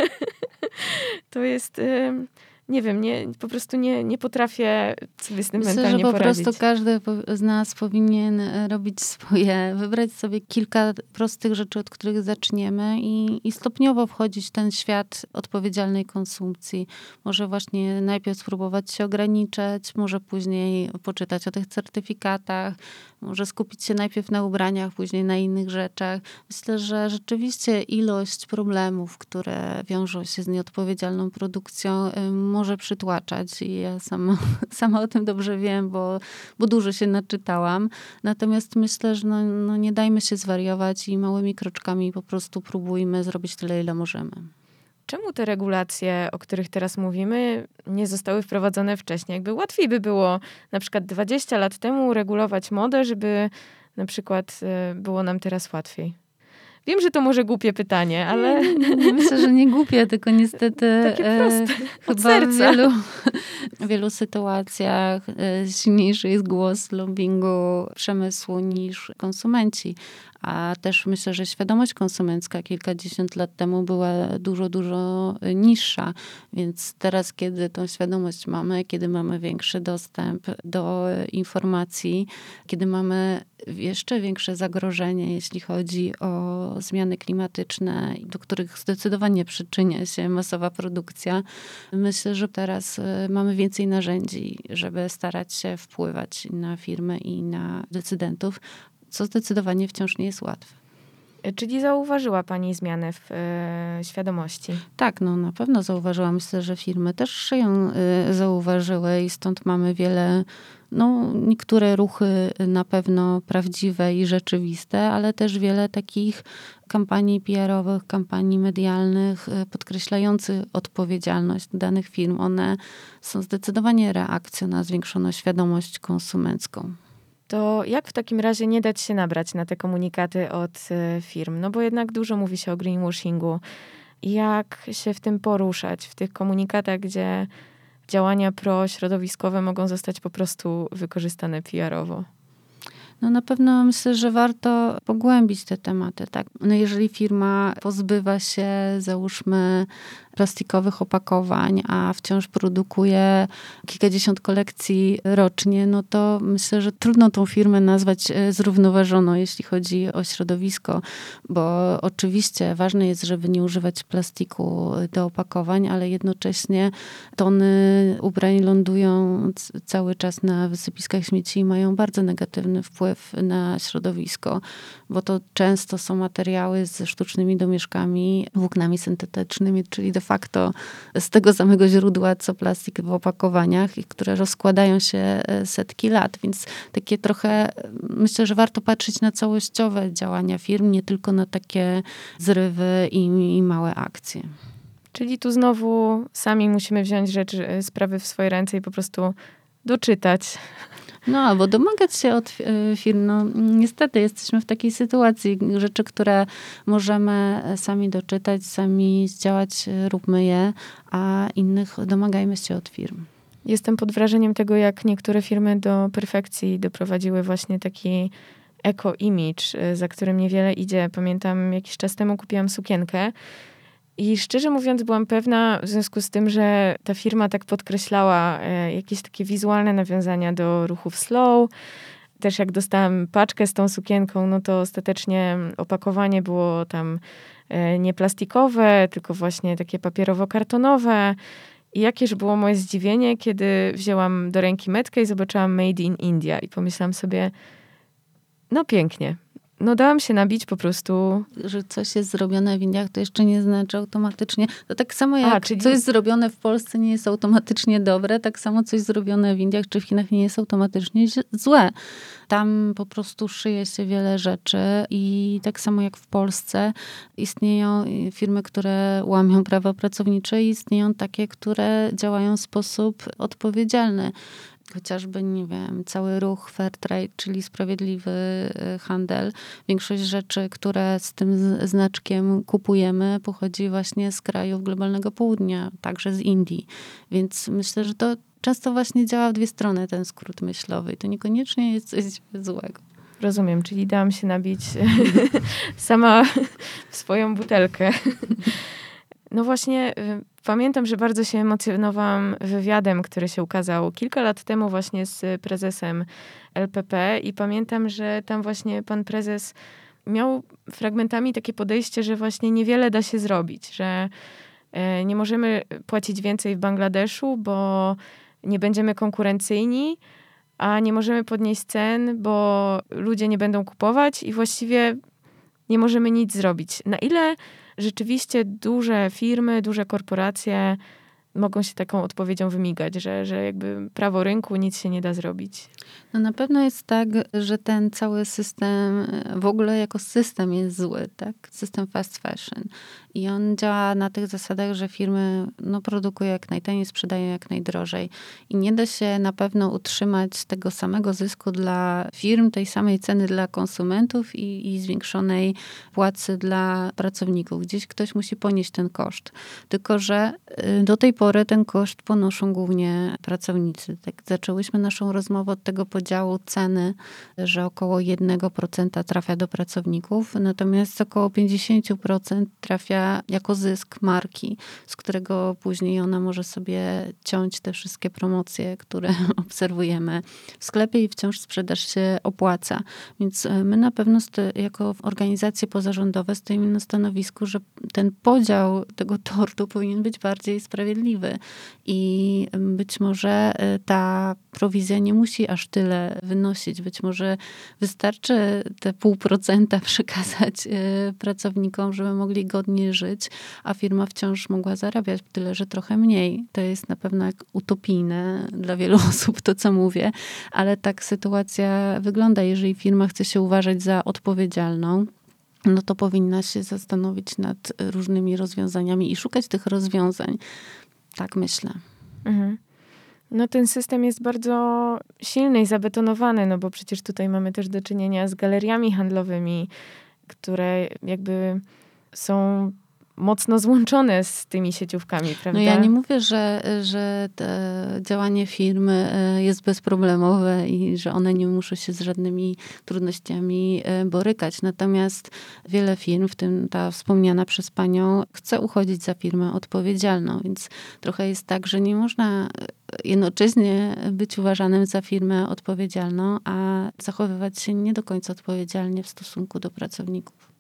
To jest... Y- Nie wiem, nie, po prostu nie, nie potrafię sobie z tym Myślę, mentalnie że po poradzić. prostu każdy z nas powinien robić swoje, wybrać sobie kilka prostych rzeczy, od których zaczniemy i, i stopniowo wchodzić w ten świat odpowiedzialnej konsumpcji. Może właśnie najpierw spróbować się ograniczać, może później poczytać o tych certyfikatach, może skupić się najpierw na ubraniach, później na innych rzeczach. Myślę, że rzeczywiście ilość problemów, które wiążą się z nieodpowiedzialną produkcją, może przytłaczać. I ja sama, sama o tym dobrze wiem, bo, bo dużo się naczytałam. Natomiast myślę, że no, no nie dajmy się zwariować i małymi kroczkami po prostu próbujmy zrobić tyle, ile możemy. Czemu te regulacje, o których teraz mówimy, nie zostały wprowadzone wcześniej? Jakby łatwiej by było na przykład dwadzieścia lat temu regulować modę, żeby na przykład było nam teraz łatwiej. Wiem, że to może głupie pytanie, ale... Nie, nie, nie, myślę, że nie głupie, tylko niestety takie proste, e, od chyba serca. w wielu, w wielu sytuacjach e, silniejszy jest głos lobbingu przemysłu niż konsumenci. A też myślę, że świadomość konsumencka kilkadziesiąt lat temu była dużo, dużo niższa. Więc teraz, kiedy tą świadomość mamy, kiedy mamy większy dostęp do informacji, kiedy mamy jeszcze większe zagrożenie, jeśli chodzi o zmiany klimatyczne, do których zdecydowanie przyczynia się masowa produkcja, myślę, że teraz mamy więcej narzędzi, żeby starać się wpływać na firmy i na decydentów, co zdecydowanie wciąż nie jest łatwe. Czyli zauważyła pani zmianę w e, świadomości? Tak, no na pewno zauważyłam. Myślę, że firmy też ją y, zauważyły i stąd mamy wiele, no niektóre ruchy na pewno prawdziwe i rzeczywiste, ale też wiele takich kampanii P R owych, kampanii medialnych y, podkreślających odpowiedzialność danych firm. One są zdecydowanie reakcją na zwiększoną świadomość konsumencką. To jak w takim razie nie dać się nabrać na te komunikaty od firm? No bo jednak dużo mówi się o greenwashingu. Jak się w tym poruszać? W tych komunikatach, gdzie działania prośrodowiskowe mogą zostać po prostu wykorzystane P R owo? No na pewno myślę, że warto pogłębić te tematy, tak? No jeżeli firma pozbywa się, załóżmy, plastikowych opakowań, a wciąż produkuje kilkadziesiąt kolekcji rocznie, no to myślę, że trudno tą firmę nazwać zrównoważoną, jeśli chodzi o środowisko, bo oczywiście ważne jest, żeby nie używać plastiku do opakowań, ale jednocześnie tony ubrań lądują cały czas na wysypiskach śmieci i mają bardzo negatywny wpływ na środowisko, bo to często są materiały ze sztucznymi domieszkami, włóknami syntetycznymi, czyli de facto z tego samego źródła, co plastik w opakowaniach, i które rozkładają się setki lat. Więc takie trochę, myślę, że warto patrzeć na całościowe działania firm, nie tylko na takie zrywy i, i małe akcje. Czyli tu znowu sami musimy wziąć rzeczy, sprawy w swoje ręce i po prostu doczytać. No, albo domagać się od firm. No, niestety jesteśmy w takiej sytuacji. Rzeczy, które możemy sami doczytać, sami zdziałać, róbmy je, a innych domagajmy się od firm. Jestem pod wrażeniem tego, jak niektóre firmy do perfekcji doprowadziły właśnie taki eco-image, za którym niewiele idzie. Pamiętam, jakiś czas temu kupiłam sukienkę i szczerze mówiąc byłam pewna, w związku z tym, że ta firma tak podkreślała e, jakieś takie wizualne nawiązania do ruchów slow. Też jak dostałam paczkę z tą sukienką, no to ostatecznie opakowanie było tam e, nie plastikowe, tylko właśnie takie papierowo-kartonowe. I jakież było moje zdziwienie, kiedy wzięłam do ręki metkę i zobaczyłam Made in India. I pomyślałam sobie, no pięknie. No dałam się nabić po prostu. Że coś jest zrobione w Indiach, to jeszcze nie znaczy automatycznie. To tak samo jak A, czyli... coś zrobione w Polsce nie jest automatycznie dobre, tak samo coś zrobione w Indiach czy w Chinach nie jest automatycznie złe. Tam po prostu szyje się wiele rzeczy i tak samo jak w Polsce istnieją firmy, które łamią prawa pracownicze i istnieją takie, które działają w sposób odpowiedzialny. Chociażby, nie wiem, cały ruch Fairtrade, czyli sprawiedliwy handel. Większość rzeczy, które z tym znaczkiem kupujemy, pochodzi właśnie z krajów globalnego południa, także z Indii. Więc myślę, że to często właśnie działa w dwie strony, ten skrót myślowy. I to niekoniecznie jest coś złego. Rozumiem, czyli dałam się nabić sama w swoją butelkę. No właśnie, pamiętam, że bardzo się emocjonowałam wywiadem, który się ukazał kilka lat temu właśnie z prezesem L P P i pamiętam, że tam właśnie pan prezes miał fragmentami takie podejście, że właśnie niewiele da się zrobić, że nie możemy płacić więcej w Bangladeszu, bo nie będziemy konkurencyjni, a nie możemy podnieść cen, bo ludzie nie będą kupować i właściwie nie możemy nic zrobić. Na ile rzeczywiście duże firmy, duże korporacje mogą się taką odpowiedzią wymigać, że, że jakby prawo rynku, nic się nie da zrobić? No na pewno jest tak, że ten cały system w ogóle jako system jest zły, tak? System fast fashion. I on działa na tych zasadach, że firmy no, produkują jak najtaniej, sprzedają jak najdrożej. I nie da się na pewno utrzymać tego samego zysku dla firm, tej samej ceny dla konsumentów i, i zwiększonej płacy dla pracowników. Gdzieś ktoś musi ponieść ten koszt. Tylko że do tej pory ten koszt ponoszą głównie pracownicy. Tak, zaczęłyśmy naszą rozmowę od tego podziału ceny, że około jednego procenta trafia do pracowników, natomiast około pięćdziesiąt procent trafia jako zysk marki, z którego później ona może sobie ciąć te wszystkie promocje, które obserwujemy w sklepie i wciąż sprzedaż się opłaca. Więc my na pewno jako organizacje pozarządowe stoimy na stanowisku, że ten podział tego tortu powinien być bardziej sprawiedliwy i być może ta prowizja nie musi aż tyle wynosić. Być może wystarczy te pół procenta przekazać pracownikom, żeby mogli godnie żyć, a firma wciąż mogła zarabiać tyle, że trochę mniej. To jest na pewno jak utopijne dla wielu osób to, co mówię, ale tak sytuacja wygląda. Jeżeli firma chce się uważać za odpowiedzialną, no to powinna się zastanowić nad różnymi rozwiązaniami i szukać tych rozwiązań. Tak myślę. Mhm. No ten system jest bardzo silny i zabetonowany, no bo przecież tutaj mamy też do czynienia z galeriami handlowymi, które jakby są mocno złączone z tymi sieciówkami, prawda? No ja nie mówię, że, że działanie firmy jest bezproblemowe i że one nie muszą się z żadnymi trudnościami borykać. Natomiast wiele firm, w tym ta wspomniana przez panią, chce uchodzić za firmę odpowiedzialną. Więc trochę jest tak, że nie można jednocześnie być uważanym za firmę odpowiedzialną, a zachowywać się nie do końca odpowiedzialnie w stosunku do pracowników.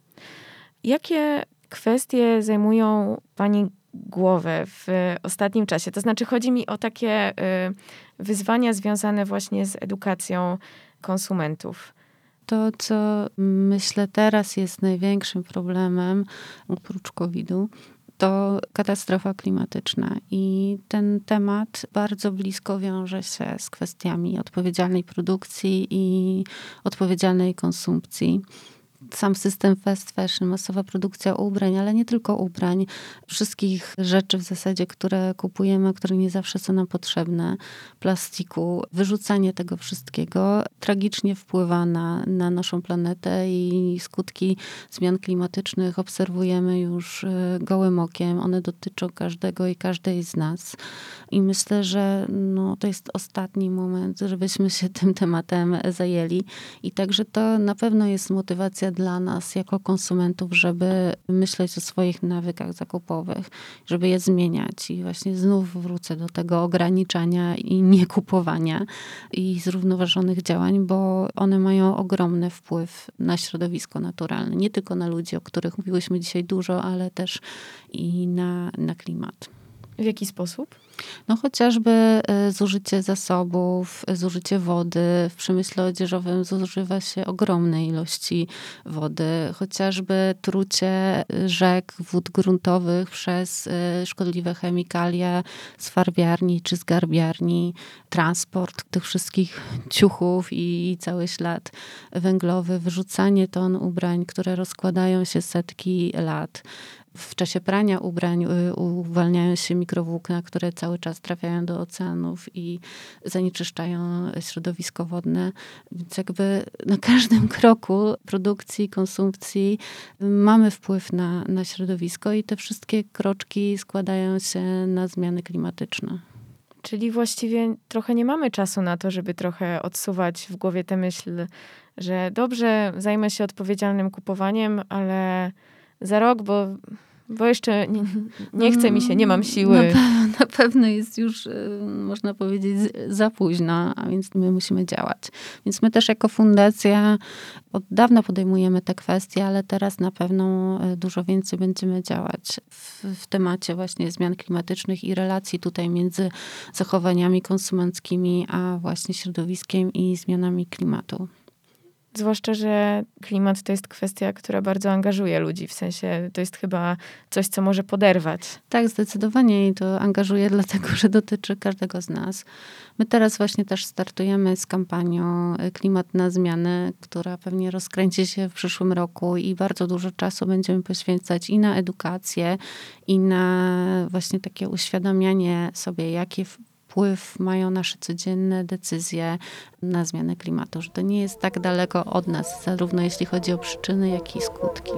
Jakie kwestie zajmują pani głowę w ostatnim czasie? To znaczy chodzi mi o takie y, wyzwania związane właśnie z edukacją konsumentów. To, co myślę teraz jest największym problemem oprócz kowida, to katastrofa klimatyczna. I ten temat bardzo blisko wiąże się z kwestiami odpowiedzialnej produkcji i odpowiedzialnej konsumpcji. Sam system fast fashion, masowa produkcja ubrań, ale nie tylko ubrań, wszystkich rzeczy w zasadzie, które kupujemy, które nie zawsze są nam potrzebne, plastiku, wyrzucanie tego wszystkiego tragicznie wpływa na, na naszą planetę i skutki zmian klimatycznych obserwujemy już gołym okiem. One dotyczą każdego i każdej z nas. I myślę, że no, to jest ostatni moment, żebyśmy się tym tematem zajęli. I także to na pewno jest motywacja dla nas jako konsumentów, żeby myśleć o swoich nawykach zakupowych, żeby je zmieniać. I właśnie znów wrócę do tego ograniczania i niekupowania i zrównoważonych działań, bo one mają ogromny wpływ na środowisko naturalne. Nie tylko na ludzi, o których mówiłyśmy dzisiaj dużo, ale też i na, na klimat. W jaki sposób? No chociażby zużycie zasobów, zużycie wody. W przemyśle odzieżowym zużywa się ogromne ilości wody. Chociażby trucie rzek, wód gruntowych przez szkodliwe chemikalia z farbiarni czy z garbiarni. Transport tych wszystkich ciuchów i cały ślad węglowy. Wyrzucanie ton ubrań, które rozkładają się setki lat. W czasie prania ubrań uwalniają się mikrowłókna, które cały czas trafiają do oceanów i zanieczyszczają środowisko wodne. Więc jakby na każdym kroku produkcji, konsumpcji mamy wpływ na, na środowisko i te wszystkie kroczki składają się na zmiany klimatyczne. Czyli właściwie trochę nie mamy czasu na to, żeby trochę odsuwać w głowie tę myśl, że dobrze, zajmę się odpowiedzialnym kupowaniem, ale za rok, bo, bo jeszcze nie, nie chce mi się, nie mam siły. Na, pe- na pewno jest już, można powiedzieć, za późno, a więc my musimy działać. Więc my też jako fundacja od dawna podejmujemy te kwestie, ale teraz na pewno dużo więcej będziemy działać w, w temacie właśnie zmian klimatycznych i relacji tutaj między zachowaniami konsumenckimi, a właśnie środowiskiem i zmianami klimatu. Zwłaszcza, że klimat to jest kwestia, która bardzo angażuje ludzi. W sensie to jest chyba coś, co może poderwać. Tak, zdecydowanie i to angażuje dlatego, że dotyczy każdego z nas. My teraz właśnie też startujemy z kampanią Klimat na zmiany, która pewnie rozkręci się w przyszłym roku i bardzo dużo czasu będziemy poświęcać i na edukację, i na właśnie takie uświadamianie sobie, jakie wpływ mają nasze codzienne decyzje na zmianę klimatu, że to nie jest tak daleko od nas, zarówno jeśli chodzi o przyczyny, jak i skutki.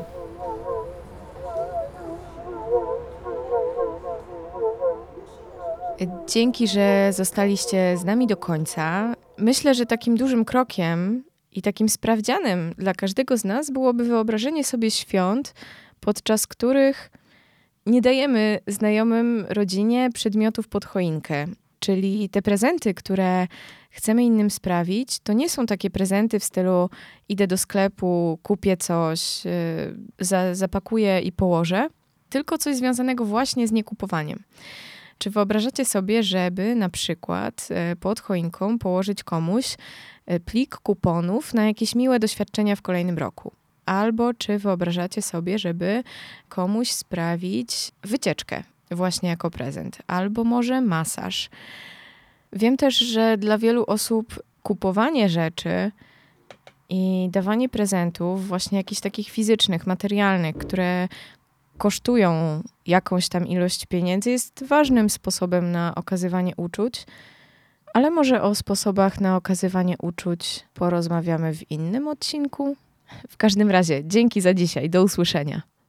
Dzięki, że zostaliście z nami do końca. Myślę, że takim dużym krokiem i takim sprawdzianem dla każdego z nas byłoby wyobrażenie sobie świąt, podczas których nie dajemy znajomym, rodzinie przedmiotów pod choinkę. Czyli te prezenty, które chcemy innym sprawić, to nie są takie prezenty w stylu idę do sklepu, kupię coś, yy, za, zapakuję i położę, tylko coś związanego właśnie z niekupowaniem. Czy wyobrażacie sobie, żeby na przykład yy, pod choinką położyć komuś yy, plik kuponów na jakieś miłe doświadczenia w kolejnym roku? Albo czy wyobrażacie sobie, żeby komuś sprawić wycieczkę właśnie jako prezent, albo może masaż. Wiem też, że dla wielu osób kupowanie rzeczy i dawanie prezentów, właśnie jakichś takich fizycznych, materialnych, które kosztują jakąś tam ilość pieniędzy, jest ważnym sposobem na okazywanie uczuć, ale może o sposobach na okazywanie uczuć porozmawiamy w innym odcinku. W każdym razie, dzięki za dzisiaj. Do usłyszenia.